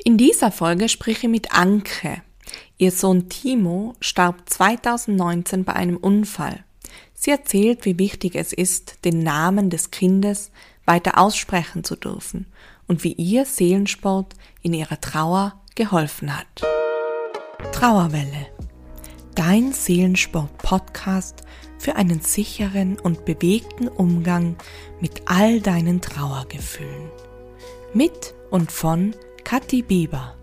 In dieser Folge spreche ich mit Anke. Ihr Sohn Timo starb 2019 bei einem Unfall. Sie erzählt, wie wichtig es ist, den Namen des Kindes weiter aussprechen zu dürfen und wie ihr Seelensport in ihrer Trauer geholfen hat. Trauerwelle. Dein Seelensport-Podcast für einen sicheren und bewegten Umgang mit all deinen Trauergefühlen. Mit und von Kathi Bieber.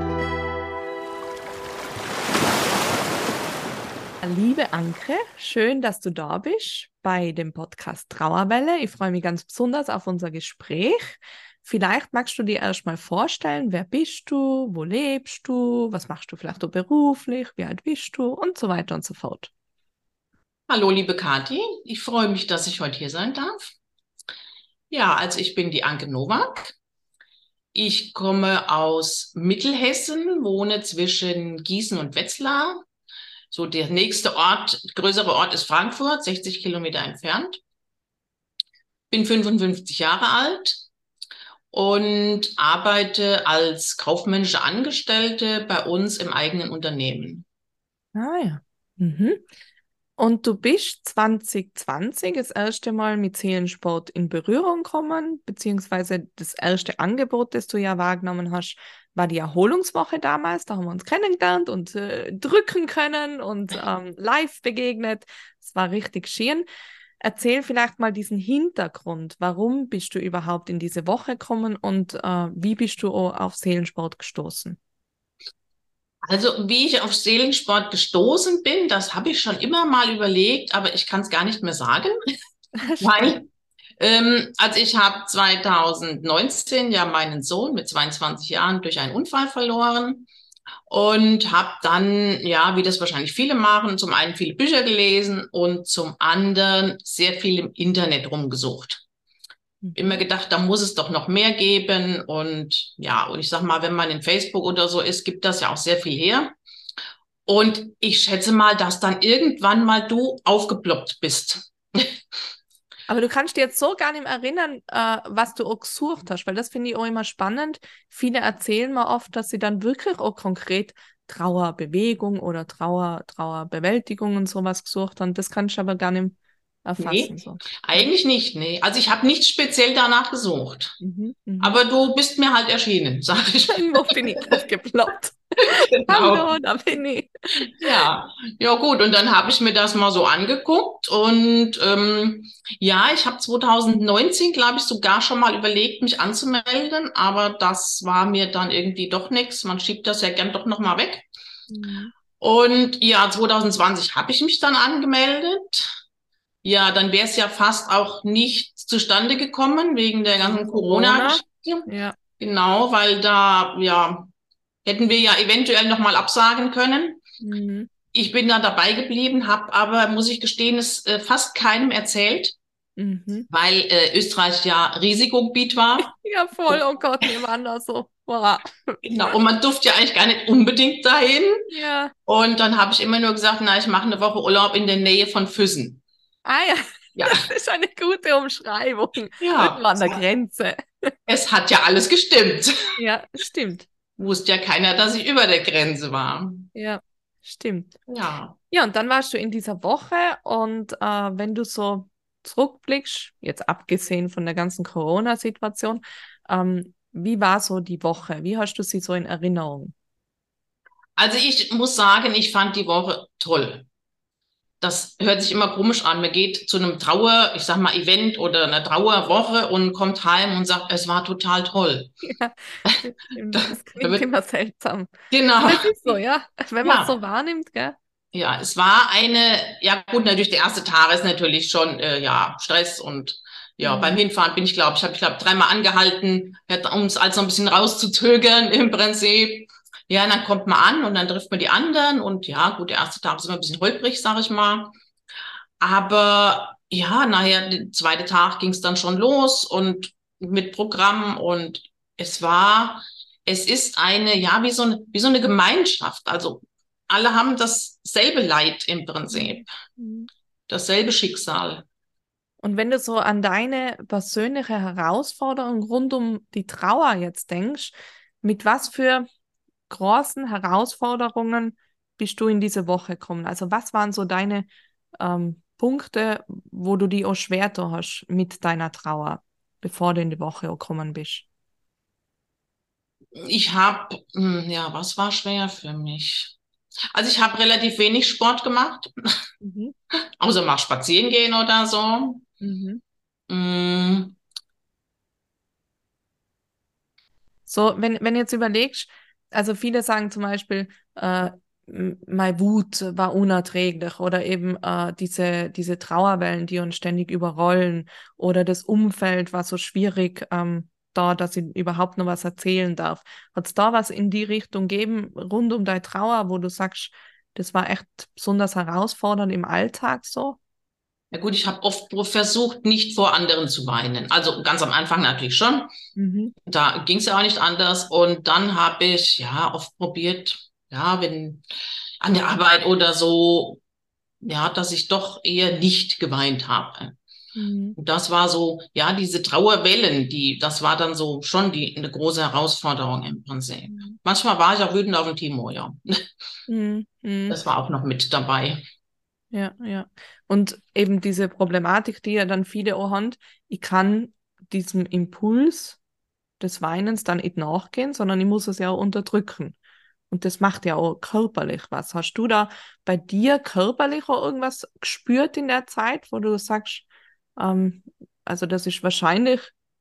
Liebe Anke, schön, dass du da bist bei dem Podcast Trauerwelle. Ich freue mich ganz besonders auf unser Gespräch. Vielleicht magst du dir erstmal vorstellen, wer bist du, wo lebst du, was machst du vielleicht auch beruflich, wie alt bist du und so weiter und so fort. Hallo, liebe Kathi. Ich freue mich, dass ich heute hier sein darf. Ja, also ich bin die Anke Nowak. Ich komme aus Mittelhessen, wohne zwischen Gießen und Wetzlar. So der nächste Ort, größere Ort ist Frankfurt, 60 Kilometer entfernt. Bin 55 Jahre alt und arbeite als kaufmännische Angestellte bei uns im eigenen Unternehmen. Ah ja. Mhm. Und du bist 2020 das erste Mal mit Seelensport in Berührung gekommen, beziehungsweise das erste Angebot, das du ja wahrgenommen hast, war die Erholungswoche damals. Da haben wir uns kennengelernt und drücken können und live begegnet. Es war richtig schön. Erzähl vielleicht mal diesen Hintergrund. Warum bist du überhaupt in diese Woche gekommen und wie bist du auf Seelensport gestoßen? Also, wie ich auf Seelensport gestoßen bin, das habe ich schon immer mal überlegt, aber ich kann es gar nicht mehr sagen, Spannend. weil also ich habe 2019 ja meinen Sohn mit 22 Jahren durch einen Unfall verloren und habe dann, ja, wie das wahrscheinlich viele machen, zum einen viele Bücher gelesen und zum anderen sehr viel im Internet rumgesucht. Immer Mhm. gedacht, da muss es doch noch mehr geben und ja, und ich sag mal, wenn man in Facebook oder so ist, gibt das ja auch sehr viel her. Und ich schätze mal, dass dann irgendwann mal du aufgeploppt bist. Aber du kannst dir jetzt so gar nicht mehr erinnern, was du auch gesucht hast, weil das finde ich auch immer spannend. Viele erzählen mir oft, dass sie dann wirklich auch konkret Trauerbewegung oder Trauerbewältigung und sowas gesucht haben. Das kannst du aber gar nicht erfassen. Nee, So. Nee? eigentlich nicht, nee. Also ich habe nicht speziell danach gesucht. Mhm, mhm. Aber du bist mir halt erschienen, sag ich Wo bin ich aufgeploppt? genau. Hallo, da bin ich. Ja, ja gut. Und dann habe ich mir das mal so angeguckt und ja, ich habe 2019, glaube ich, sogar schon mal überlegt, mich anzumelden, aber das war mir dann irgendwie doch nichts. Man schiebt das ja gern doch noch mal weg. Mhm. Und ja, 2020 habe ich mich dann angemeldet. Ja, dann wäre es ja fast auch nicht zustande gekommen wegen der Wegen ganzen Corona. Corona-Geschichte. Ja. Genau, weil da, ja, hätten wir ja eventuell nochmal absagen können. Mhm. Ich bin da dabei geblieben, habe aber, muss ich gestehen, es fast keinem erzählt, Mhm. weil Österreich ja Risikogebiet war. Ja, voll. Oh Gott, nebeneinander so. Boah. Genau, und man durfte ja eigentlich gar nicht unbedingt dahin. Ja. Und dann habe ich immer nur gesagt, na, ich mache eine Woche Urlaub in der Nähe von Füssen. Ah ja, Ja, das ist eine gute Umschreibung. ja, Irgendwo an der Grenze. es hat ja alles gestimmt. Ja, stimmt. Wusste ja keiner, dass ich über der Grenze war. Ja, stimmt. Ja. Ja, und dann warst du in dieser Woche und wenn du so zurückblickst, jetzt abgesehen von der ganzen Corona-Situation, wie war so die Woche? Wie hast du sie so in Erinnerung? Also ich muss sagen, ich fand die Woche toll. Das hört sich immer komisch an. Man geht zu einem Trauer, ich sag mal, Event oder einer Trauerwoche und kommt heim und sagt, es war total toll. Ja, das Da, stimmt. Das da klingt wird, immer seltsam. genau, Aber es ist so, ja. Wenn man es so ja. wahrnimmt, gell? Ja, es war eine, ja gut, natürlich der erste Tag ist natürlich schon, ja, Stress und ja, beim Mhm. Hinfahren bin ich, glaube dreimal angehalten, um es also ein bisschen rauszuzögern im Prinzip. Ja, und dann kommt man an und dann trifft man die anderen und ja, gut, der erste Tag ist immer ein bisschen holprig, sag ich mal. Aber ja, nachher, der zweite Tag ging es dann schon los und mit Programm und es war, es ist eine, ja, wie so eine Gemeinschaft. Also alle haben dasselbe Leid im Mhm. Prinzip, Mhm. dasselbe Schicksal. Und wenn du so an deine persönliche Herausforderung rund um die Trauer jetzt denkst, mit was für großen Herausforderungen bist du in diese Woche gekommen? Also was waren so deine Punkte, wo du die auch schwer da hast mit deiner Trauer, bevor du in die Woche auch gekommen bist? Was war schwer für mich? Also ich habe relativ wenig Sport gemacht, Mhm. außer mal spazieren gehen oder so. Mhm. Mm, So, wenn du jetzt überlegst, also viele sagen zum Beispiel, meine Wut war unerträglich oder eben diese Trauerwellen, die uns ständig überrollen oder das Umfeld war so schwierig, da, dass ich überhaupt noch was erzählen darf. Hat es da was in die Richtung gegeben, rund um deine Trauer, wo du sagst, das war echt besonders herausfordernd im Alltag so? Ja gut, ich habe oft versucht, nicht vor anderen zu weinen. Also ganz am Anfang natürlich schon. Mhm. Da ging es ja auch nicht anders. Und dann habe ich ja oft probiert, ja, wenn an der Arbeit oder so, ja, dass ich doch eher nicht geweint habe. Mhm. Und das war so, ja, diese Trauerwellen, das war dann so schon eine große Herausforderung im Prinzip. Mhm. Manchmal war ich auch wütend auf den Timo, ja. Mhm. Mhm. Das war auch noch mit dabei. Ja, ja. Und eben diese Problematik, die ja dann viele auch haben, ich kann diesem Impuls des Weinens dann nicht nachgehen, sondern ich muss es ja auch unterdrücken. Und das macht ja auch körperlich was. Hast du da bei dir körperlich auch irgendwas gespürt in der Zeit, wo du sagst, ähm, also das ist wahrscheinlich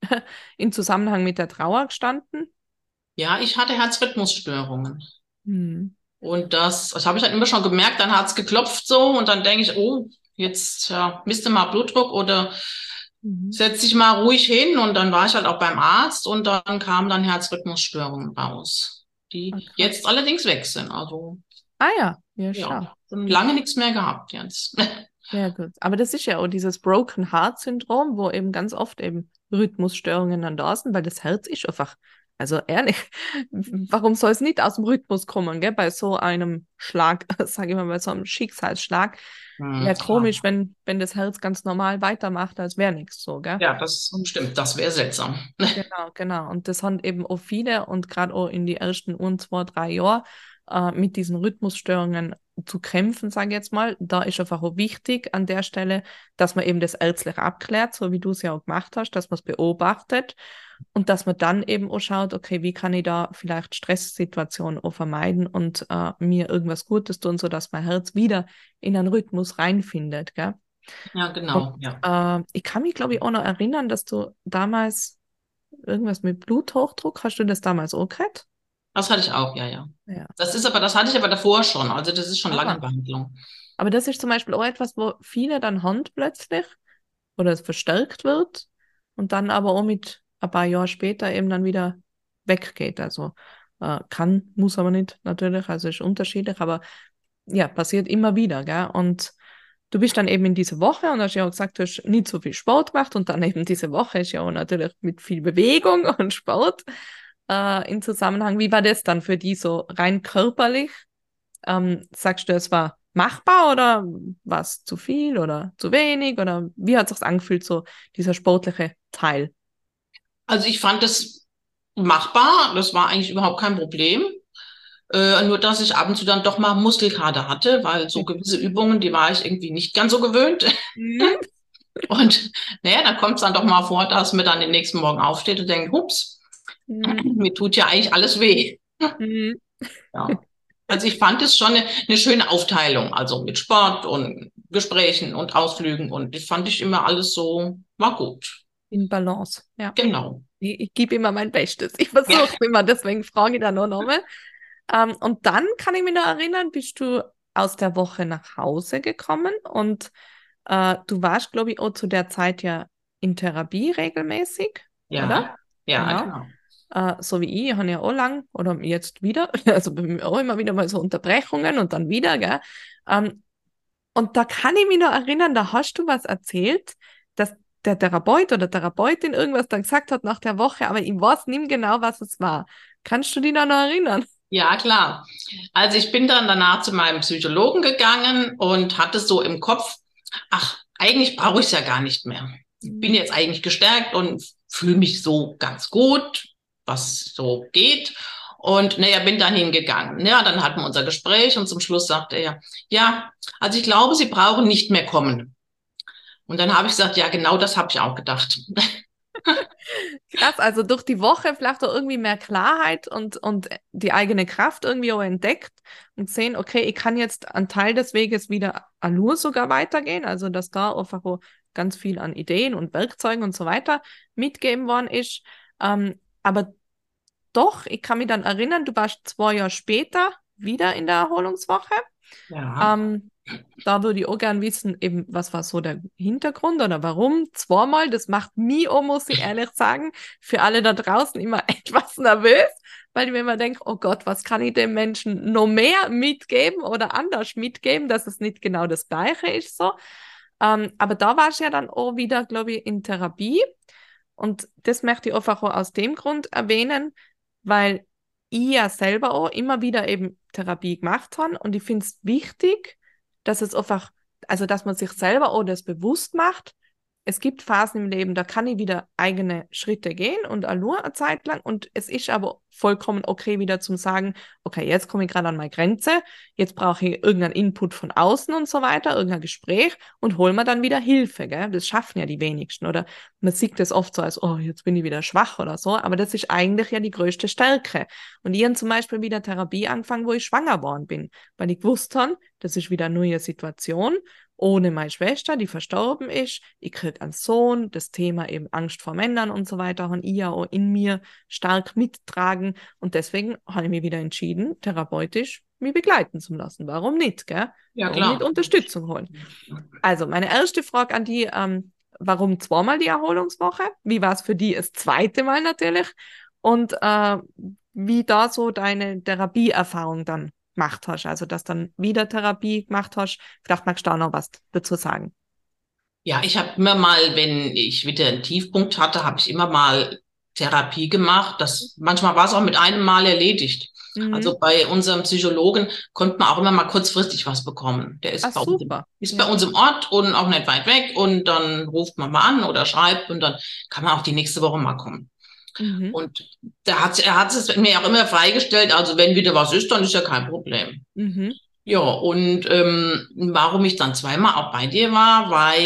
in Zusammenhang mit der Trauer gestanden? Ja, ich hatte Herzrhythmusstörungen. Hm. Das habe ich dann immer schon gemerkt, dann hat's geklopft so und dann denke ich, oh, jetzt ja, misst du mal Blutdruck oder Mhm. setz dich mal ruhig hin und dann war ich halt auch beim Arzt und dann kamen dann Herzrhythmusstörungen raus, Ah, die jetzt krass. allerdings weg sind. Also Ah ja, ja, ja, schau. schon lange nichts mehr gehabt jetzt. Sehr gut. Aber das ist ja auch dieses Broken Heart Syndrom, wo eben ganz oft eben Rhythmusstörungen dann da sind, weil das Herz ist einfach, also ehrlich, warum soll es nicht aus dem Rhythmus kommen, gell? Bei so einem Schlag, sage ich mal, bei so einem Schicksalsschlag. Wäre Klar. komisch, wenn das Herz ganz normal weitermacht, als wäre nichts so, gell? Ja, das Und stimmt, das wäre seltsam. genau, genau. Und das haben eben auch viele und gerade auch in die ersten 1, 2, 3 Jahre mit diesen Rhythmusstörungen zu kämpfen, sage ich jetzt mal. Da ist einfach auch wichtig an der Stelle, dass man eben das ärztlich abklärt, so wie du es ja auch gemacht hast, dass man es beobachtet und dass man dann eben auch schaut, okay, wie kann ich da vielleicht Stresssituationen auch vermeiden und mir irgendwas Gutes tun, sodass mein Herz wieder in einen Rhythmus reinfindet, gell? Ja, Und genau, ja. ich kann mich, glaube ich, auch noch erinnern, dass du damals irgendwas mit Bluthochdruck, hast du das damals auch gehabt? Das hatte ich auch, ja, ja. Ja. Das hatte ich aber davor schon. Also das ist schon lange in Ah. Behandlung. Aber das ist zum Beispiel auch etwas, wo viele dann haben plötzlich oder es verstärkt wird und dann aber auch mit ein paar Jahre später eben dann wieder weggeht. Also kann, muss aber nicht natürlich, also ist unterschiedlich, aber ja, passiert immer wieder, gell? Und du bist dann eben in diese Woche und hast ja auch gesagt, du hast nicht so viel Sport gemacht und dann eben diese Woche ist ja auch natürlich mit viel Bewegung und Sport in Zusammenhang. Wie war das dann für die so rein körperlich? Sagst du, es war machbar oder war es zu viel oder zu wenig oder wie hat es sich angefühlt, so dieser sportliche Teil? Also ich fand das machbar. Das war eigentlich überhaupt kein Problem. Nur, dass ich ab und zu dann doch mal Muskelkater hatte, weil so gewisse Übungen, die war ich irgendwie nicht ganz so gewöhnt. Mhm. Und naja, dann kommt es dann doch mal vor, dass mir dann den nächsten Morgen aufsteht und denkt, hups, Mhm. mir tut ja eigentlich alles weh. Mhm. Ja. Also ich fand es schon eine schöne Aufteilung, also mit Sport und Gesprächen und Ausflügen und das fand ich immer alles so, war gut. In Balance, ja. Genau. Ich gebe immer mein Bestes. Ich Ja, versuche immer, deswegen frage ich da noch nochmal. Und dann kann ich mich noch erinnern, bist du aus der Woche nach Hause gekommen und du warst, glaube ich, auch zu der Zeit ja in Therapie regelmäßig, oder? ja, ja, Genau. genau. So wie ich habe ja auch lang oder jetzt wieder, also bei mir auch immer wieder mal so Unterbrechungen und dann wieder, gell? Ähm, und da kann ich mich noch erinnern, da hast du was erzählt, dass der Therapeut oder Therapeutin irgendwas dann gesagt hat nach der Woche, aber ich weiß nicht mehr genau, was es war. Kannst du dich da noch erinnern? Ja, klar. Also ich bin dann danach zu meinem Psychologen gegangen und hatte so im Kopf, ach, eigentlich brauche ich es ja gar nicht mehr. Ich bin Mhm. jetzt eigentlich gestärkt und fühle mich so ganz gut. was so geht. Und naja, bin dann hingegangen. Ja, dann hatten wir unser Gespräch und zum Schluss sagte er, ja, also ich glaube, Sie brauchen nicht mehr kommen. Und dann habe ich gesagt, ja, genau das habe ich auch gedacht. Krass, also durch die Woche vielleicht auch irgendwie mehr Klarheit und die eigene Kraft irgendwie auch entdeckt und sehen, okay, ich kann jetzt einen Teil des Weges wieder allein sogar weitergehen, also dass da einfach auch ganz viel an Ideen und Werkzeugen und so weiter mitgegeben worden ist. Aber doch, ich kann mich dann erinnern, du warst 2 Jahre später wieder in der Erholungswoche. Ja. Ähm, Da würde ich auch gern wissen, eben, was war so der Hintergrund oder warum? Zweimal, das macht mich auch, muss ich ehrlich sagen, für alle da draußen immer etwas nervös, weil ich mir immer denke, oh Gott, was kann ich dem Menschen noch mehr mitgeben oder anders mitgeben, dass es nicht genau das Gleiche ist so. Aber da war ich ja dann auch wieder, glaube ich, in Therapie. Und das möchte ich einfach auch aus dem Grund erwähnen, weil ich ja selber auch immer wieder eben Therapie gemacht habe und ich finde es wichtig, dass es einfach, also dass man sich selber auch das bewusst macht. Es gibt Phasen im Leben, da kann ich wieder eigene Schritte gehen und allein eine Zeit lang und es ist aber vollkommen okay wieder zum sagen, okay, jetzt komme ich gerade an meine Grenze, jetzt brauche ich irgendeinen Input von außen und so weiter, irgendein Gespräch und hol mir dann wieder Hilfe, gell? Das schaffen ja die wenigsten oder man sieht das oft so als, oh, jetzt bin ich wieder schwach oder so, aber das ist eigentlich ja die größte Stärke. Und ich habe zum Beispiel wieder Therapie angefangen, wo ich schwanger geworden bin, weil ich gewusst habe, das ist wieder eine neue Situation ohne meine Schwester, die verstorben ist. Ich kriege einen Sohn, das Thema eben Angst vor Männern und so weiter, habe ich ja auch in mir stark mittragen. Und deswegen habe ich mich wieder entschieden, therapeutisch mich begleiten zu lassen. Warum nicht, gell? Ja, Warum nicht klar. Unterstützung holen? Also, meine erste Frage an die, warum zweimal die Erholungswoche? Wie war es für die das zweite Mal natürlich? Und wie da so deine Therapieerfahrung dann gemacht hast, also dass dann wieder Therapie gemacht hast. Vielleicht magst du auch noch was dazu sagen. Ja, ich habe immer mal, wenn ich wieder einen Tiefpunkt hatte, habe ich immer mal Therapie gemacht. Manchmal war es auch mit einem Mal erledigt. Mhm. Also bei unserem Psychologen konnte man auch immer mal kurzfristig was bekommen. Der Ah, super. ist bei Ja. uns im Ort und auch nicht weit weg und dann ruft man mal an oder schreibt und dann kann man auch die nächste Woche mal kommen. Mhm. Und er hat es mir auch immer freigestellt. Also wenn wieder was ist, dann ist ja kein Problem. Mhm. Ja, und warum ich dann zweimal auch bei dir war, weil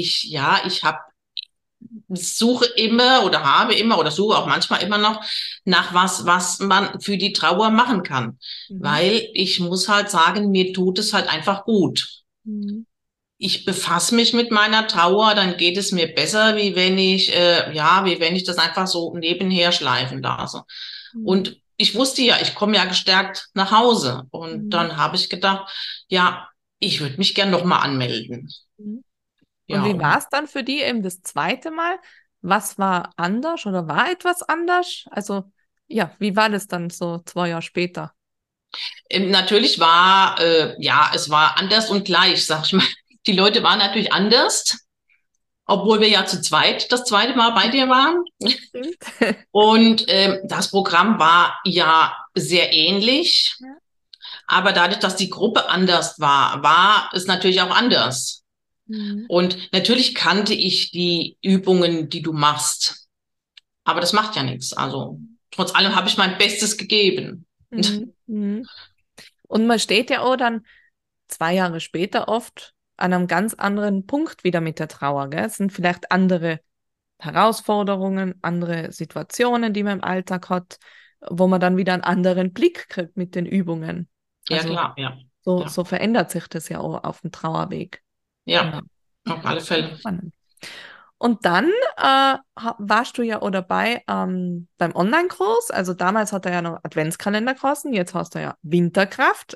suche immer oder habe immer oder suche auch manchmal immer noch nach was man für die Trauer machen kann. Mhm. Weil ich muss halt sagen, mir tut es halt einfach gut. Mhm. Ich befasse mich mit meiner Trauer, dann geht es mir besser, wie wenn ich das einfach so nebenher schleifen lasse. Mhm. Und ich wusste ja, ich komme ja gestärkt nach Hause. Und Mhm. dann habe ich gedacht, ja, ich würde mich gern noch mal anmelden. Mhm. Und Ja, wie war und es dann für die eben das zweite Mal? Was war anders oder war etwas anders? Also, ja, wie war das dann so 2 Jahre später? natürlich es war anders und gleich, sag ich mal. Die Leute waren natürlich anders, obwohl wir ja zu zweit das zweite Mal bei dir waren. Stimmt. Und das Programm war ja sehr ähnlich, Ja. aber dadurch, dass die Gruppe anders war, war es natürlich auch anders. Mhm. Und natürlich kannte ich die Übungen, die du machst, aber das macht ja nichts. Also trotz allem habe ich mein Bestes gegeben. Mhm. Mhm. Und man steht ja auch dann 2 Jahre später oft an einem ganz anderen Punkt wieder mit der Trauer, gell? Es sind vielleicht andere Herausforderungen, andere Situationen, die man im Alltag hat, wo man dann wieder einen anderen Blick kriegt mit den Übungen. Ja, Also klar, ja. Ja, so verändert sich das ja auch auf dem Trauerweg. ja, Ja, auf alle Fälle. spannend. Und dann warst du ja auch dabei beim Online-Kurs. Also damals hat er ja noch Adventskalender geheißen, jetzt hast du ja Winterkraft.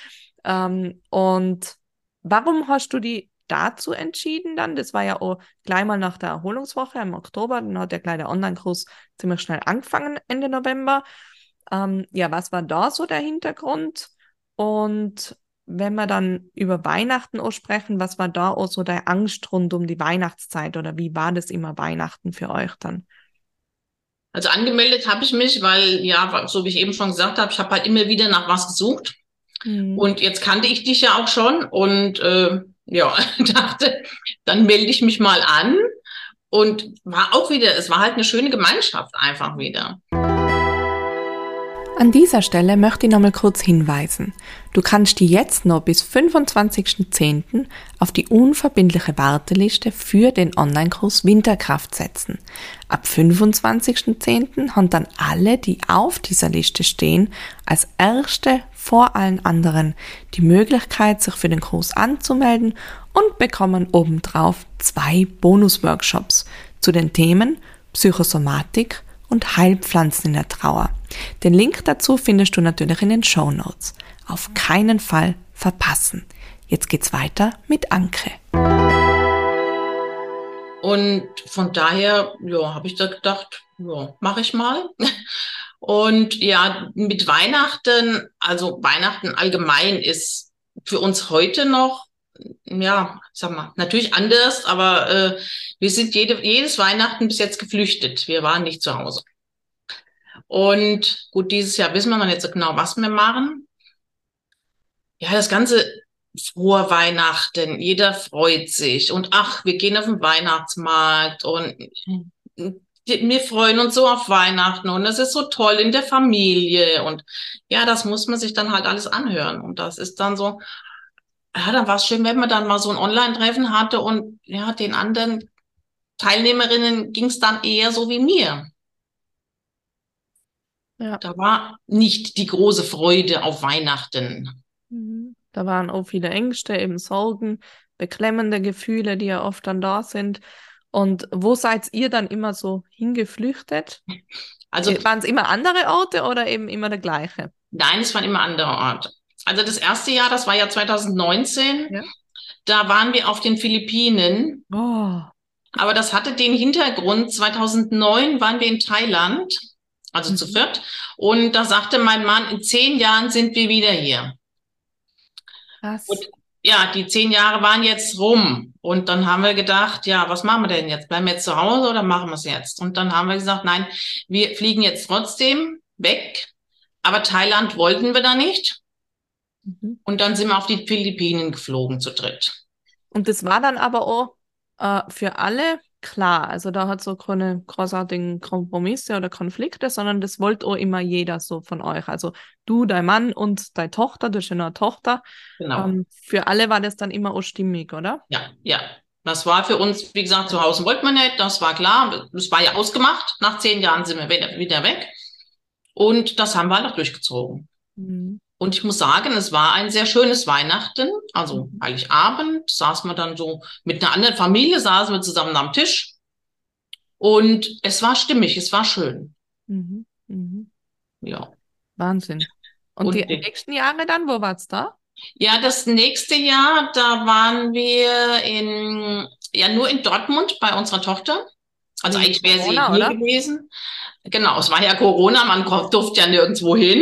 Und warum hast du die dazu entschieden dann? Das war ja auch gleich mal nach der Erholungswoche im Oktober. Dann hat ja gleich der Online-Kurs ziemlich schnell angefangen, Ende November. Ja, was war da so der Hintergrund? Und wenn wir dann über Weihnachten auch sprechen, was war da auch so deine Angst rund um die Weihnachtszeit oder wie war das immer Weihnachten für euch dann? Also angemeldet habe ich mich, weil, ja, so wie ich eben schon gesagt habe, ich habe halt immer wieder nach was gesucht. Mhm. Und jetzt kannte ich dich ja auch schon und ja, dachte, dann melde ich mich mal an und war auch wieder, es war halt eine schöne Gemeinschaft einfach wieder. An dieser Stelle möchte ich nochmal kurz hinweisen. Du kannst dich jetzt noch bis 25.10. auf die unverbindliche Warteliste für den Online-Kurs Winterkraft setzen. Ab 25.10. haben dann alle, die auf dieser Liste stehen, als Erste vor allen anderen die Möglichkeit, sich für den Kurs anzumelden und bekommen obendrauf 2 Bonus-Workshops zu den Themen Psychosomatik und Heilpflanzen in der Trauer. Den Link dazu findest du natürlich in den Shownotes. Auf keinen Fall verpassen. Jetzt geht's weiter mit Anke. Und von daher, ja, habe ich da gedacht, ja, mache ich mal. Und ja, mit Weihnachten, also Weihnachten allgemein ist für uns heute noch, ja, sag mal, natürlich anders, aber wir sind jedes Weihnachten bis jetzt geflüchtet. Wir waren nicht zu Hause. Und gut, dieses Jahr wissen wir noch nicht so genau, was wir machen. Ja, das ganze frohe Weihnachten, jeder freut sich und ach, wir gehen auf den Weihnachtsmarkt und wir freuen uns so auf Weihnachten und es ist so toll in der Familie und ja, das muss man sich dann halt alles anhören und das ist dann so, ja, dann war es schön, wenn man dann mal so ein Online-Treffen hatte und ja, den anderen Teilnehmerinnen ging es dann eher so wie mir. Ja. Da war nicht die große Freude auf Weihnachten. Da waren auch viele Ängste, eben Sorgen, beklemmende Gefühle, die ja oft dann da sind. Und wo seid ihr dann immer so hingeflüchtet? Also Waren es immer andere Orte oder eben immer der gleiche? nein, es waren immer andere Orte. Also das erste Jahr, das war ja 2019, Ja. da waren wir auf den Philippinen. Oh. Aber das hatte den Hintergrund, 2009 waren wir in Thailand, also zu viert. Und da sagte mein Mann, in 10 Jahren sind wir wieder hier. Krass. Und ja, die 10 Jahre waren jetzt rum. Und dann haben wir gedacht, ja, was machen wir denn jetzt? Bleiben wir jetzt zu Hause oder machen wir es jetzt? Und dann haben wir gesagt, nein, wir fliegen jetzt trotzdem weg. Aber Thailand wollten wir da nicht. Mhm. Und dann sind wir auf die Philippinen geflogen zu dritt. Und das war dann aber auch für alle klar. Also da hat so keine großartigen Kompromisse oder Konflikte, sondern das wollte auch immer jeder so von euch. Also du, dein Mann und deine Tochter, du hast ja noch eine Tochter. Genau. Für alle war das dann immer auch stimmig, oder? Ja, ja. Das war für uns, wie gesagt, zu Hause wollten wir nicht, das war klar. Das war ja ausgemacht. Nach 10 Jahren sind wir wieder weg. Und das haben wir noch durchgezogen. Mhm. Und ich muss sagen, es war ein sehr schönes Weihnachten. Also Mhm. Heiligabend saßen wir dann so mit einer anderen Familie, saßen wir zusammen am Tisch. Und es war stimmig, es war schön. Mhm. Mhm. Ja. Wahnsinn. Und die Und nächsten Jahre dann, wo war's da? ja, das nächste Jahr, da waren wir ja, nur in Dortmund bei unserer Tochter. Also Wegen eigentlich wäre sie Corona, hier oder? gewesen. Genau, es war ja Corona, man durfte ja nirgendwo hin.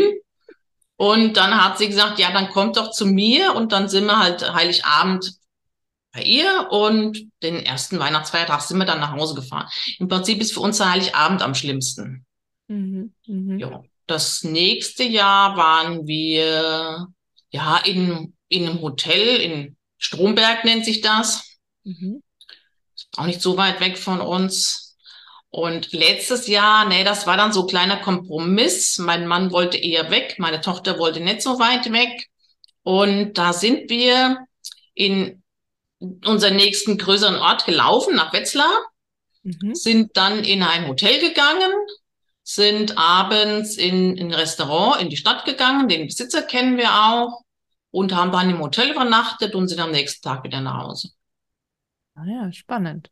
Und dann hat sie gesagt, ja, dann kommt doch zu mir. Und dann sind wir halt Heiligabend bei ihr und den ersten Weihnachtsfeiertag sind wir dann nach Hause gefahren. Im Prinzip ist für uns der Heiligabend am schlimmsten. Mhm. Mhm. Ja, das nächste Jahr waren wir ja in einem Hotel in Stromberg nennt sich das. Mhm. Auch nicht so weit weg von uns. Und letztes Jahr, nee, das war dann so ein kleiner Kompromiss. Mein Mann wollte eher weg, meine Tochter wollte nicht so weit weg. Und da sind wir in unseren nächsten größeren Ort gelaufen, nach Wetzlar, Mhm. sind dann in ein Hotel gegangen, sind abends in ein Restaurant in die Stadt gegangen, den Besitzer kennen wir auch, und haben dann im Hotel übernachtet und sind am nächsten Tag wieder nach Hause. Ah ja, spannend.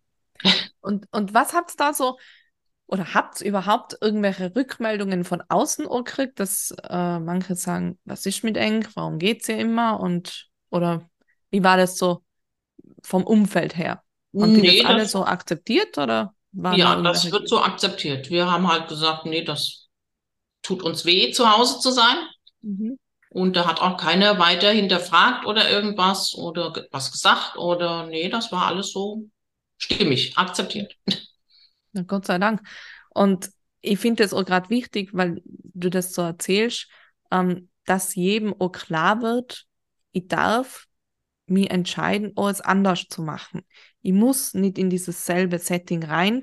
Und was habt's da so, oder habt ihr überhaupt irgendwelche Rückmeldungen von außen auch gekriegt, dass manche sagen, was ist mit eng, warum geht's ihr immer? Und oder wie war das so vom Umfeld her? Haben die das Nee, alle das, so akzeptiert oder waren da ja, das irgendwelche wird so akzeptiert. Wir haben halt gesagt, nee, das tut uns weh, zu Hause zu sein. Mhm. Und da hat auch keiner weiter hinterfragt oder irgendwas oder was gesagt oder nee, das war alles so stimmig, akzeptiert. Na Gott sei Dank. Und ich finde das auch gerade wichtig, weil du das so erzählst, dass jedem auch klar wird, ich darf mich entscheiden, alles anders zu machen. Ich muss nicht in dieses selbe Setting rein,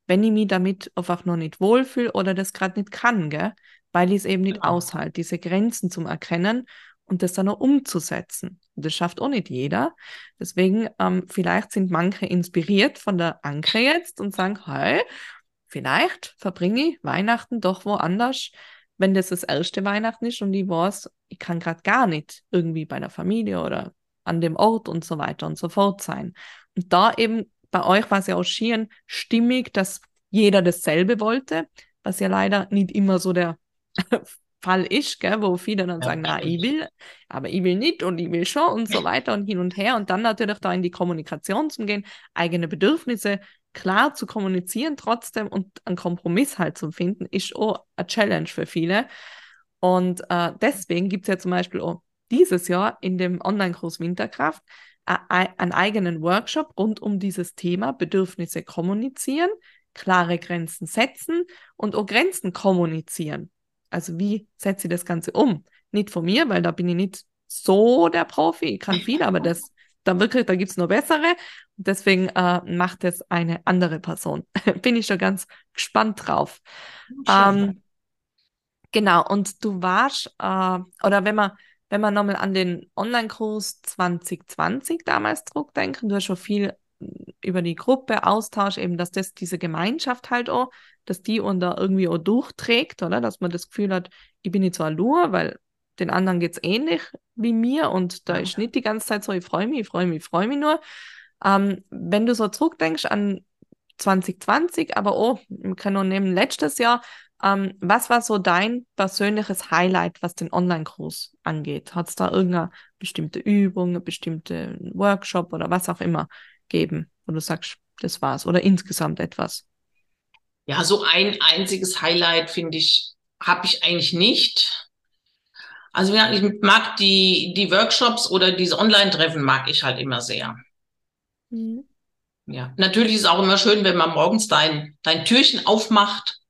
wenn ich mich damit einfach noch nicht wohlfühle oder das gerade nicht kann, gell? Weil ich es eben nicht Genau. aushalte, diese Grenzen zum Erkennen und das dann auch umzusetzen. Und das schafft auch nicht jeder. Deswegen, vielleicht sind manche inspiriert von der Anke jetzt und sagen, hey, vielleicht verbringe ich Weihnachten doch woanders, wenn das erste Weihnachten ist und ich weiß, ich kann gerade gar nicht irgendwie bei der Familie oder an dem Ort und so weiter und so fort sein. Und da eben bei euch war es ja auch schier stimmig, dass jeder dasselbe wollte, was ja leider nicht immer so der Fall ist, gell, wo viele dann Ja, sagen, na, ich stimmt. will, aber ich will nicht und ich will schon und so weiter und hin und her und dann natürlich da in die Kommunikation zu gehen, eigene Bedürfnisse klar zu kommunizieren trotzdem und einen Kompromiss halt zu finden, ist auch eine Challenge für viele. Und deswegen gibt es ja zum Beispiel auch dieses Jahr in dem Online-Kurs Winterkraft einen eigenen Workshop rund um dieses Thema Bedürfnisse kommunizieren, klare Grenzen setzen und auch Grenzen kommunizieren. Also wie setze ich das Ganze um? Nicht von mir, weil da bin ich nicht so der Profi, ich kann viel, aber das, da wirklich, da gibt es noch bessere. Deswegen macht es eine andere Person. Bin ich schon ganz gespannt drauf. Schön. Ähm, genau, und du warst, oder wenn wir nochmal an den Online-Kurs 2020 damals zurückdenken, du hast schon viel über die Gruppe, Austausch, eben, dass das diese Gemeinschaft halt auch, dass die und da irgendwie auch durchträgt, oder? Dass man das Gefühl hat, ich bin nicht so allein, weil den anderen geht es ähnlich wie mir und da ist Ja. nicht die ganze Zeit so, ich freue mich, ich freue mich, ich freue mich nur. Wenn du so zurückdenkst an 2020, aber auch, wir können auch nehmen letztes Jahr, was war so dein persönliches Highlight, was den Online-Kurs angeht? Hat es da irgendeine bestimmte Übung, einen bestimmten Workshop oder was auch immer geben, wo du sagst, das war's oder insgesamt etwas? Ja, so ein einziges Highlight, finde ich, habe ich eigentlich nicht. Also ja, ich mag die Workshops oder diese Online-Treffen mag ich halt immer sehr. Mhm. Ja, natürlich ist es auch immer schön, wenn man morgens dein Türchen aufmacht.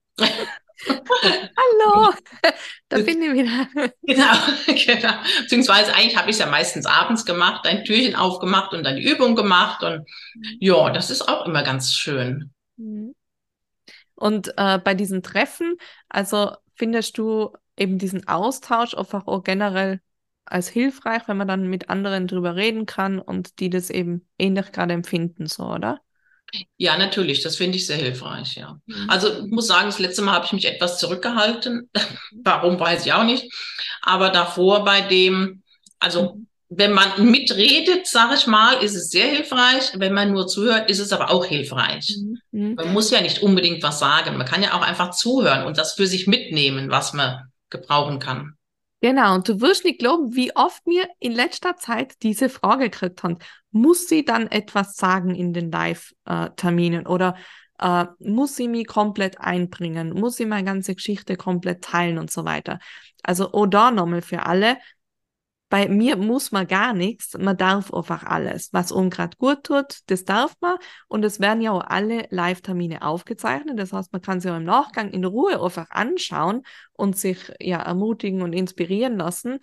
Hallo, da bin ich wieder. Genau, genau. Beziehungsweise eigentlich habe ich es ja meistens abends gemacht, dein Türchen aufgemacht und dann die Übung gemacht. Und ja, das ist auch immer ganz schön. Mhm. Und bei diesen Treffen, also findest du eben diesen Austausch einfach auch generell als hilfreich, wenn man dann mit anderen drüber reden kann und die das eben ähnlich gerade empfinden, so, oder? Ja, natürlich, das finde ich sehr hilfreich, ja. Mhm. Also ich muss sagen, das letzte Mal habe ich mich etwas zurückgehalten. Warum, weiß ich auch nicht. Aber davor bei dem, also Mhm. wenn man mitredet, sage ich mal, ist es sehr hilfreich. Wenn man nur zuhört, ist es aber auch hilfreich. Mhm. Mhm. Man muss ja nicht unbedingt was sagen. Man kann ja auch einfach zuhören und das für sich mitnehmen, was man gebrauchen kann. Genau, und du wirst nicht glauben, wie oft mir in letzter Zeit diese Frage gekriegt haben. Muss sie dann etwas sagen in den Live-Terminen oder muss sie mich komplett einbringen? Muss sie meine ganze Geschichte komplett teilen und so weiter? Also, oder nochmal für alle, bei mir muss man gar nichts, man darf einfach alles. Was uns gerade gut tut, das darf man. Und es werden ja auch alle Live-Termine aufgezeichnet. Das heißt, man kann sich auch im Nachgang in Ruhe einfach anschauen und sich ja ermutigen und inspirieren lassen.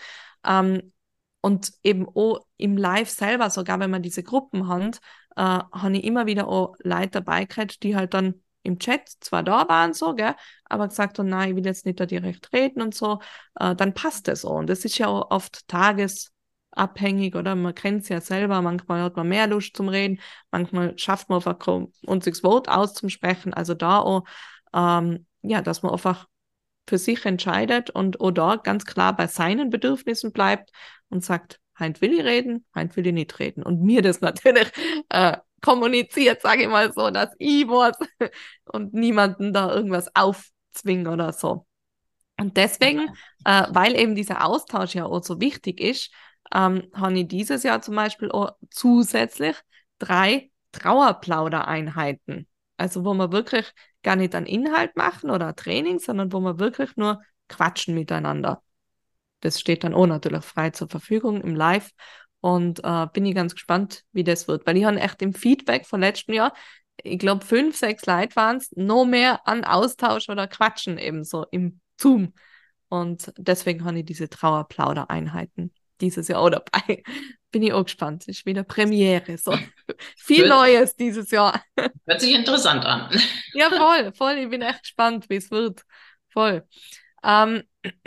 Und eben auch im Live selber, sogar wenn man diese Gruppen hat, habe ich immer wieder auch Leute dabei gehabt, die halt dann im Chat zwar da waren, so, gell, aber gesagt haben, nein, ich will jetzt nicht da direkt reden und so, dann passt das auch. Und das ist ja auch oft tagesabhängig, oder? Man kennt es ja selber, manchmal hat man mehr Lust zum Reden, manchmal schafft man einfach kaum, uns das Wort auszusprechen. Also da auch, ja, dass man einfach für sich entscheidet und oder ganz klar bei seinen Bedürfnissen bleibt und sagt, heint will ich reden, heint will ich nicht reden. Und mir das natürlich kommuniziert, sage ich mal so, dass ich was und niemanden da irgendwas aufzwingen oder so. Und deswegen, weil eben dieser Austausch ja auch so wichtig ist, habe ich dieses Jahr zum Beispiel auch zusätzlich 3 Trauerplaudereinheiten. Also wo wir wirklich gar nicht einen Inhalt machen oder Training, sondern wo wir wirklich nur quatschen miteinander. Das steht dann auch natürlich frei zur Verfügung im Live. Und bin ich ganz gespannt, wie das wird. Weil ich habe echt im Feedback von letztem Jahr, ich glaube, 5, 6 Leute waren es, noch mehr an Austausch oder Quatschen eben so im Zoom. Und deswegen habe ich diese Trauerplaudereinheiten. dieses Jahr auch dabei. Bin ich auch gespannt. Ist wieder Premiere. So viel Hört, Neues dieses Jahr. hört sich interessant an. Ja, voll, voll. Ich bin echt gespannt, wie es wird. Voll. Ähm,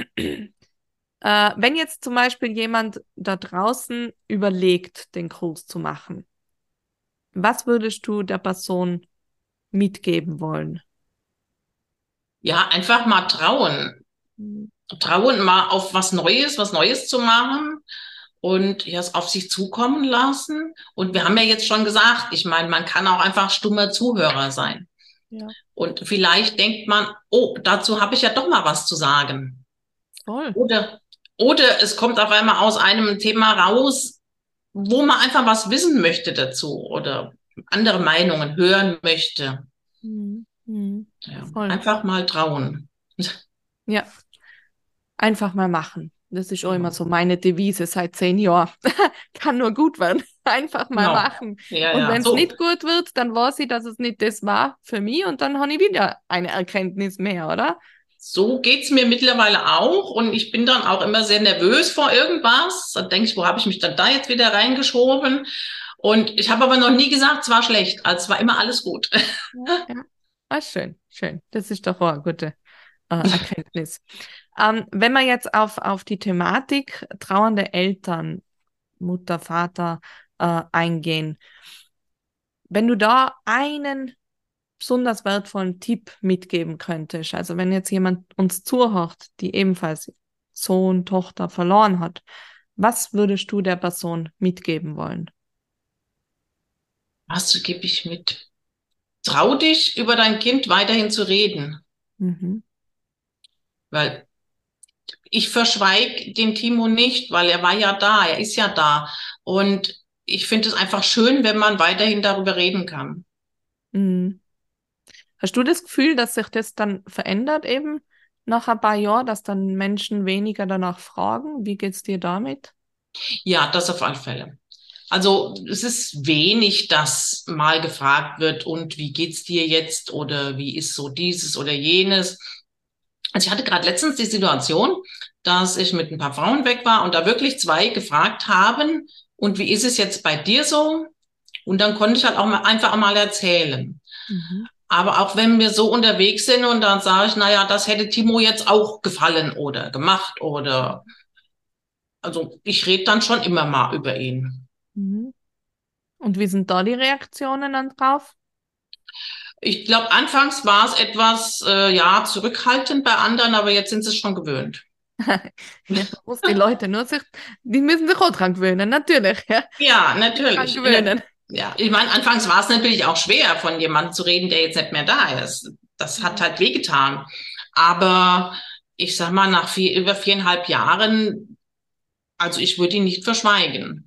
wenn jetzt zum Beispiel jemand da draußen überlegt, den Kurs zu machen, was würdest du der Person mitgeben wollen? Ja, einfach mal trauen. Mhm. Trauen, mal auf was Neues zu machen und ja, es auf sich zukommen lassen. Und wir haben ja jetzt schon gesagt, ich meine, man kann auch einfach stummer Zuhörer sein. Ja, Und vielleicht denkt man, oh, dazu habe ich ja doch mal was zu sagen. voll. Oder, oder es kommt auf einmal aus einem Thema raus, wo man einfach was wissen möchte dazu oder andere Meinungen hören möchte. Mhm. Mhm. Ja, Voll. einfach mal trauen. Ja, einfach mal machen. Das ist auch immer Genau. so meine Devise seit 10 Jahren. Kann nur gut werden. Einfach mal Genau. machen. Ja, Und ja, wenn es so. nicht gut wird, dann weiß ich, dass es nicht das war für mich und dann habe ich wieder eine Erkenntnis mehr, oder? So geht's mir mittlerweile auch und ich bin dann auch immer sehr nervös vor irgendwas. Dann denke ich, wo habe ich mich dann da jetzt wieder reingeschoben? Und ich habe aber noch nie gesagt, es war schlecht. Also es war immer alles gut. Ja, ja. Ah, schön, schön. Das ist doch auch eine gute Erkenntnis. Wenn wir jetzt auf die Thematik trauernde Eltern, Mutter, Vater eingehen, wenn du da einen besonders wertvollen Tipp mitgeben könntest, also wenn jetzt jemand uns zuhört, die ebenfalls Sohn, Tochter verloren hat, was würdest du der Person mitgeben wollen? Was gebe ich mit? Trau dich, über dein Kind weiterhin zu reden, Mhm. weil ich verschweige den Timo nicht, weil er war ja da, er ist ja da. Und ich finde es einfach schön, wenn man weiterhin darüber reden kann. Mhm. Hast du das Gefühl, dass sich das dann verändert eben nach ein paar Jahren, dass dann Menschen weniger danach fragen? Wie geht's dir damit? Ja, das auf alle Fälle. Also es ist wenig, dass mal gefragt wird, und wie geht's dir jetzt oder wie ist so dieses oder jenes. Also ich hatte gerade letztens die Situation, dass ich mit ein paar Frauen weg war und da wirklich zwei gefragt haben, und wie ist es jetzt bei dir so? Und dann konnte ich halt auch mal einfach mal erzählen. Mhm. Aber auch wenn wir so unterwegs sind und dann sage ich, naja, das hätte Timo jetzt auch gefallen oder gemacht oder, also ich rede dann schon immer mal über ihn. Mhm. Und wie sind da die Reaktionen dann drauf? Ich glaube, anfangs war es etwas, ja, zurückhaltend bei anderen, aber jetzt sind sie es schon gewöhnt. Ja, man muss die Leute nur sich, die müssen sich auch dran gewöhnen, natürlich, ja. Ja, Sich dran natürlich. gewöhnen. Ja, ich meine, anfangs war es natürlich auch schwer, von jemandem zu reden, der jetzt nicht mehr da ist. Das hat Ja. halt wehgetan. Aber ich sag mal, über 4,5 Jahren, also ich würde ihn nicht verschweigen.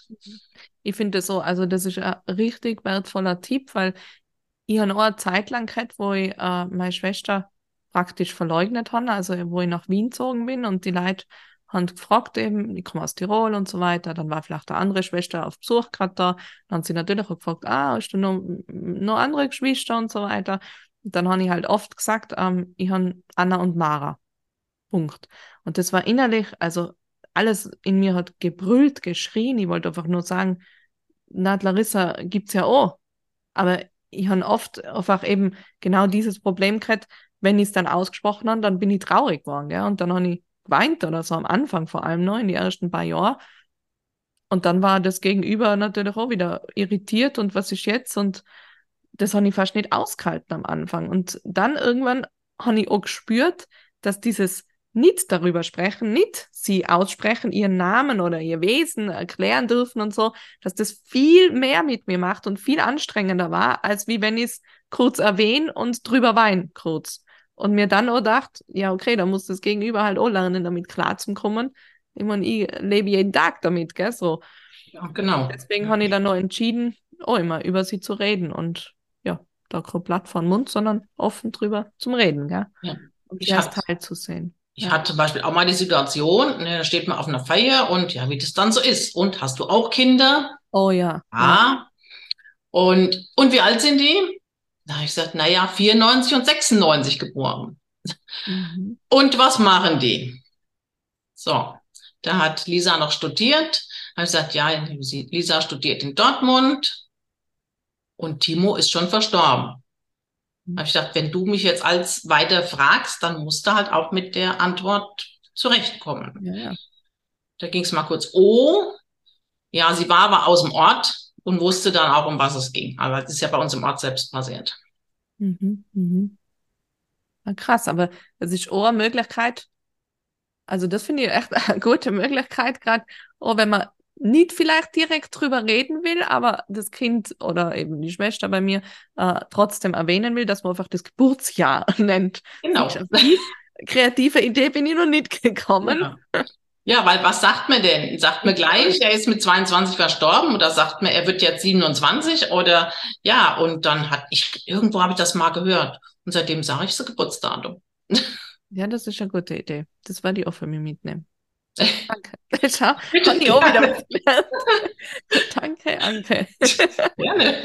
Ich finde das so, also das ist ein richtig wertvoller Tipp, weil ich habe auch eine Zeit lang gehabt, wo ich meine Schwester praktisch verleugnet habe, also wo ich nach Wien gezogen bin und die Leute haben gefragt eben, ich komme aus Tirol und so weiter, dann war vielleicht eine andere Schwester auf Besuch gerade da, dann haben sie natürlich auch gefragt, hast du noch andere Geschwister und so weiter. Und dann habe ich halt oft gesagt, ich habe Anna und Mara. Punkt. Und das war innerlich, also alles in mir hat gebrüllt, geschrien. Ich wollte einfach nur sagen, na, Larissa gibt's ja auch. Aber ich habe oft einfach eben genau dieses Problem gehabt, wenn ich es dann ausgesprochen habe, dann bin ich traurig geworden, gell? Und dann habe ich geweint oder so am Anfang vor allem noch, in die ersten paar Jahre. Und dann war das Gegenüber natürlich auch wieder irritiert und was ist jetzt? Und das habe ich fast nicht ausgehalten am Anfang. Und dann irgendwann habe ich auch gespürt, dass dieses nicht darüber sprechen, nicht sie aussprechen, ihren Namen oder ihr Wesen erklären dürfen und so, dass das viel mehr mit mir macht und viel anstrengender war, als wie wenn ich es kurz erwähne und drüber weine kurz. Und mir dann auch gedacht, ja, okay, da muss das Gegenüber halt auch lernen, damit klarzukommen. Ich meine, ich lebe jeden Tag damit, gell, so. Ja, genau. Deswegen habe ich dann noch entschieden, auch immer über sie zu reden und ja, da kein Blatt vor den Mund, sondern offen drüber zum Reden, gell? Ja. Und sie Ich als hatte, Teil zu sehen. ich Ja. hatte zum Beispiel auch mal die Situation, ne, da steht man auf einer Feier und ja, wie das dann so ist. Und hast du auch Kinder? Oh ja, ja. Ja. Und wie alt sind die? Da habe ich gesagt, naja, 94 und 96 geboren. Mhm. Und was machen die? So. Da hat Lisa noch studiert. Da habe ich gesagt, ja, Lisa studiert in Dortmund und Timo ist schon verstorben. Da habe ich gedacht, wenn du mich jetzt als weiter fragst, dann musst du halt auch mit der Antwort zurechtkommen. Ja, ja. Da ging es mal kurz, oh, ja, sie war aber aus dem Ort und wusste dann auch, um was es ging. Aber das ist ja bei uns im Ort selbst passiert. Mhm. Mhm. Ja, krass, aber es ist auch eine Möglichkeit, also das finde ich echt eine gute Möglichkeit, gerade auch wenn man nicht vielleicht direkt drüber reden will, aber das Kind oder eben die Schwester bei mir trotzdem erwähnen will, dass man einfach das Geburtsjahr nennt. Siehst du, Genau. auf die kreative Idee bin ich noch nicht gekommen. Ja. Ja, weil was sagt man denn? Sagt man gleich, er ist mit 22 verstorben oder sagt man, er wird jetzt 27 oder ja, und dann irgendwo habe ich das mal gehört und seitdem sage ich so Geburtsdatum. Ja, das ist eine gute Idee. Das werde ich auch für mich mitnehmen. Danke. Schau, habe Bitte ich auch wieder gerne. was gelernt. Danke, Anke. Gerne.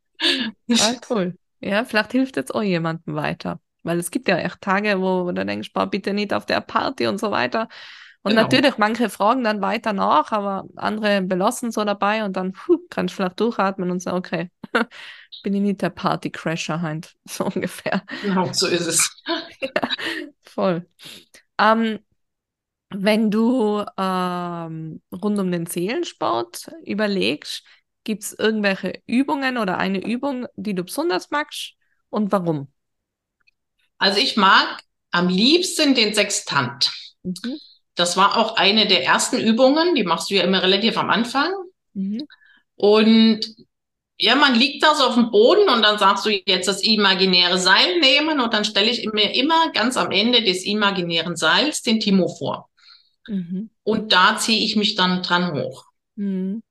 Ah, cool. Ja, vielleicht hilft jetzt auch jemandem weiter. Weil es gibt ja echt Tage, wo du denkst, boah, bitte nicht auf der Party und so weiter. Und Genau. natürlich, manche fragen dann weiter nach, aber andere belassen so dabei und dann kannst du vielleicht durchatmen und sagen, okay, bin ich nicht der Partycrasher halt, so ungefähr. Genau, so ist es. Ja, voll. Ähm, Wenn du rund um den Seelensport überlegst, gibt es irgendwelche Übungen oder eine Übung, die du besonders magst und warum? Also ich mag am liebsten den Sextant. Mhm. Das war auch eine der ersten Übungen, die machst du ja immer relativ am Anfang. Mhm. Und ja, man liegt da so auf dem Boden und dann sagst du jetzt das imaginäre Seil nehmen und dann stelle ich mir immer ganz am Ende des imaginären Seils den Timo vor. Mhm. Und da ziehe ich mich dann dran hoch. Mhm.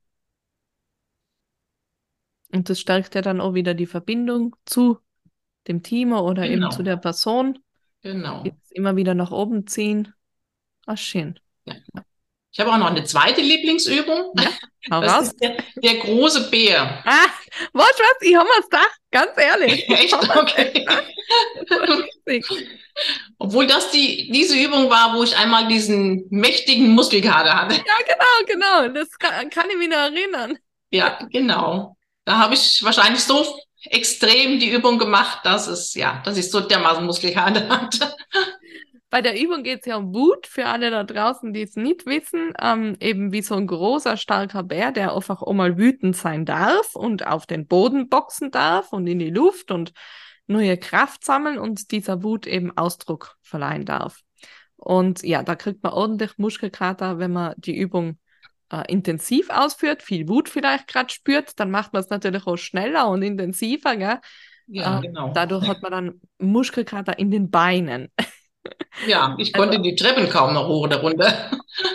Und das stärkt ja dann auch wieder die Verbindung zu dem Team oder eben zu Genau, der Person. genau. Jetzt immer wieder nach oben ziehen. Ah, schön. Ja. Ich habe auch noch eine zweite Lieblingsübung. Ja, hau Das raus. ist der große Bär. Ah, weißt du was? Ich habe mir's gedacht, ganz ehrlich. Ich Echt? habe mir's echt gedacht. Okay. So lustig. Obwohl das diese Übung war, wo ich einmal diesen mächtigen Muskelkater hatte. Ja, genau, genau. Das kann ich mich noch erinnern. Ja, genau. Da habe ich wahrscheinlich so extrem die Übung gemacht, dass ich so dermaßen Muskelkater hatte. Bei der Übung geht es ja um Wut, für alle da draußen, die es nicht wissen. Eben wie so ein großer, starker Bär, der einfach auch mal wütend sein darf und auf den Boden boxen darf und in die Luft und neue Kraft sammeln und dieser Wut eben Ausdruck verleihen darf. Und ja, da kriegt man ordentlich Muskelkater, wenn man die Übung intensiv ausführt, viel Wut vielleicht gerade spürt, dann macht man es natürlich auch schneller und intensiver, gell? Ja, genau. Dadurch hat man dann Muskelkater in den Beinen. Ja, ich Also, konnte die Treppen kaum noch hoch oder runter.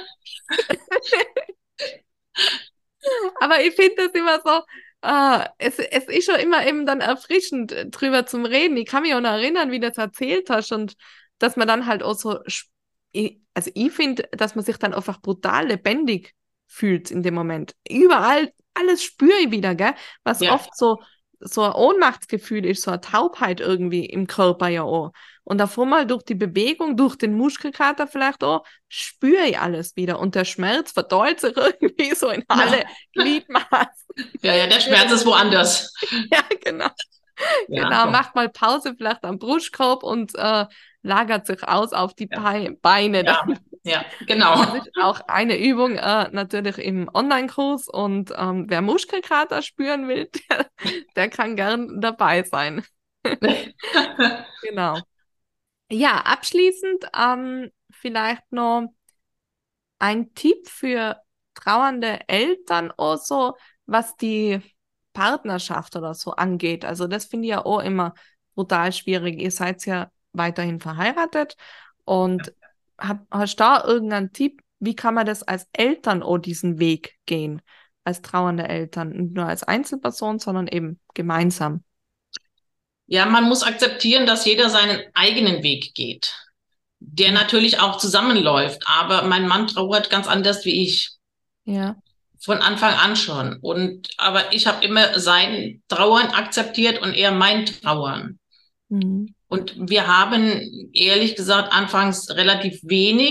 aber ich finde das immer so, es ist schon immer eben dann erfrischend, drüber zum Reden. Ich kann mich auch noch erinnern, wie du das erzählt hast und dass man dann halt auch so, also ich finde, dass man sich dann einfach brutal lebendig fühlt in dem Moment. Überall, alles spüre ich wieder, gell? Was Ja, oft so ein Ohnmachtsgefühl ist, so eine Taubheit irgendwie im Körper ja auch. Und davor mal durch die Bewegung, durch den Muskelkater vielleicht auch, spüre ich alles wieder. Und der Schmerz verteilt sich irgendwie so in alle ja, Gliedmaßen. ja, der Schmerz ist woanders. Ja, genau. Ja, Genau, doch. macht mal Pause vielleicht am Brustkorb und lagert sich aus auf die Ja, Beine dann. ja, ja, Das genau. ist auch eine Übung natürlich im Online-Kurs und wer Muskelkater spüren will, der kann gern dabei sein. Genau. Ja, abschließend vielleicht noch ein Tipp für trauernde Eltern oder so, was die Partnerschaft oder so angeht. Also das finde ich ja auch immer brutal schwierig. Ihr seid ja weiterhin verheiratet und hast da irgendeinen Tipp, wie kann man das als Eltern auch diesen Weg gehen, als trauernde Eltern, nicht nur als Einzelperson, sondern eben gemeinsam. Ja, man muss akzeptieren, dass jeder seinen eigenen Weg geht, der natürlich auch zusammenläuft. Aber mein Mann trauert ganz anders wie ich. Ja. Von Anfang an schon. Aber ich habe immer sein Trauern akzeptiert und er mein Trauern. Mhm. Und wir haben ehrlich gesagt anfangs relativ wenig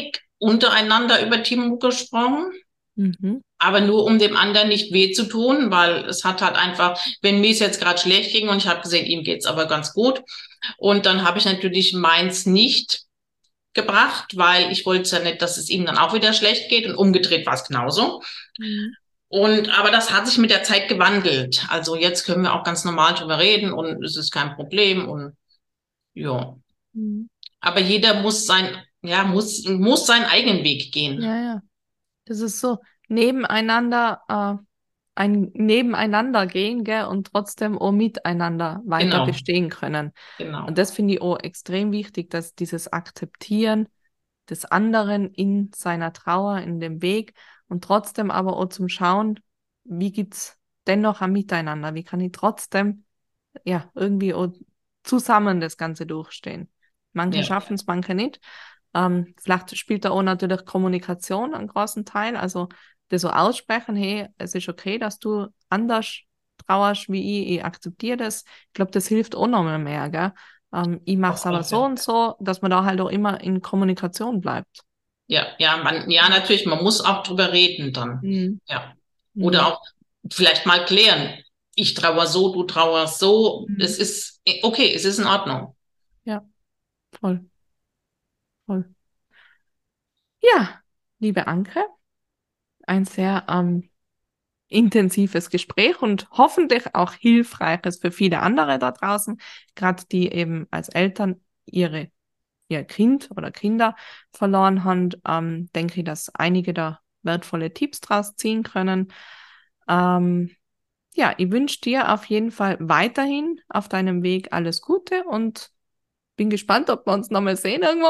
untereinander über Timo gesprochen. Mhm. Aber nur um dem anderen nicht weh zu tun, weil es hat halt einfach, wenn mir es jetzt gerade schlecht ging und ich habe gesehen, ihm geht's aber ganz gut. Und dann habe ich natürlich meins nicht gebracht, weil ich wollte ja nicht, dass es ihm dann auch wieder schlecht geht und umgedreht war es genauso. Mhm. Aber das hat sich mit der Zeit gewandelt. Also jetzt können wir auch ganz normal drüber reden und es ist kein Problem und ja. Mhm. Aber jeder muss seinen eigenen Weg gehen. Ja, ja. Das ist so nebeneinander, ein Nebeneinander gehen, gell, und trotzdem auch miteinander weiter Genau, bestehen können. Und genau. das finde ich auch extrem wichtig, dass dieses Akzeptieren des anderen in seiner Trauer, in dem Weg und trotzdem aber auch zum Schauen, wie gibt's dennoch ein Miteinander? Wie kann ich trotzdem, ja, irgendwie auch zusammen das Ganze durchstehen? Manche Ja, schaffen es, manche nicht. Vielleicht spielt da auch natürlich Kommunikation einen großen Teil. Also das so aussprechen, hey, es ist okay, dass du anders trauerst wie ich akzeptiere das. Ich glaube, das hilft auch noch mal mehr, gell? Ich mache auf es aber alle so Fälle. und so, dass man da halt auch immer in Kommunikation bleibt. Ja, natürlich, man muss auch drüber reden dann. Mhm. Ja. Oder Mhm. auch vielleicht mal klären. Ich trauere so, du trauerst so. Mhm. Es ist okay, es ist in Ordnung. Ja, voll, voll. Ja, liebe Anke, ein sehr intensives Gespräch und hoffentlich auch hilfreiches für viele andere da draußen, gerade die eben als Eltern ihr Kind oder Kinder verloren haben, denke ich, dass einige da wertvolle Tipps draus ziehen können. Ähm, ja, ich wünsche dir auf jeden Fall weiterhin auf deinem Weg alles Gute und bin gespannt, ob wir uns nochmal sehen irgendwo.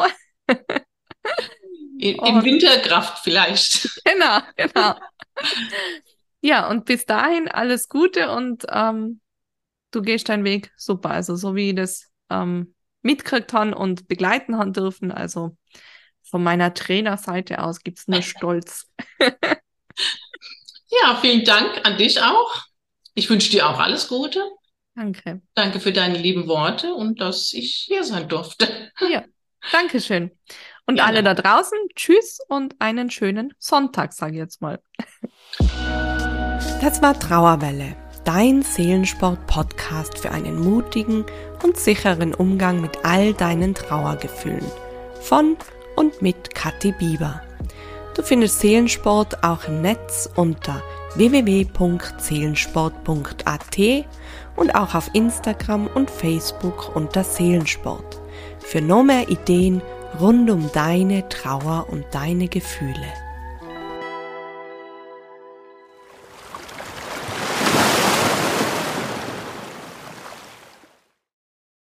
In Und Winterkraft vielleicht. genau, genau. Ja, und bis dahin alles Gute und du gehst deinen Weg super. Also so wie ich das mitgekriegt haben und begleiten haben dürfen. Also von meiner Trainerseite aus gibt's nur Stolz. Ja, vielen Dank an dich auch. Ich wünsche dir auch alles Gute. Danke. Danke für deine lieben Worte und dass ich hier sein durfte. Ja, danke schön. Und alle Gerne. da draußen, tschüss und einen schönen Sonntag, sage ich jetzt mal. Das war Trauerwelle, dein Seelensport-Podcast für einen mutigen und sicheren Umgang mit all deinen Trauergefühlen. Von und mit Kathi Bieber. Du findest Seelensport auch im Netz unter www.seelensport.at und auch auf Instagram und Facebook unter Seelensport. Für noch mehr Ideen rund um deine Trauer und deine Gefühle.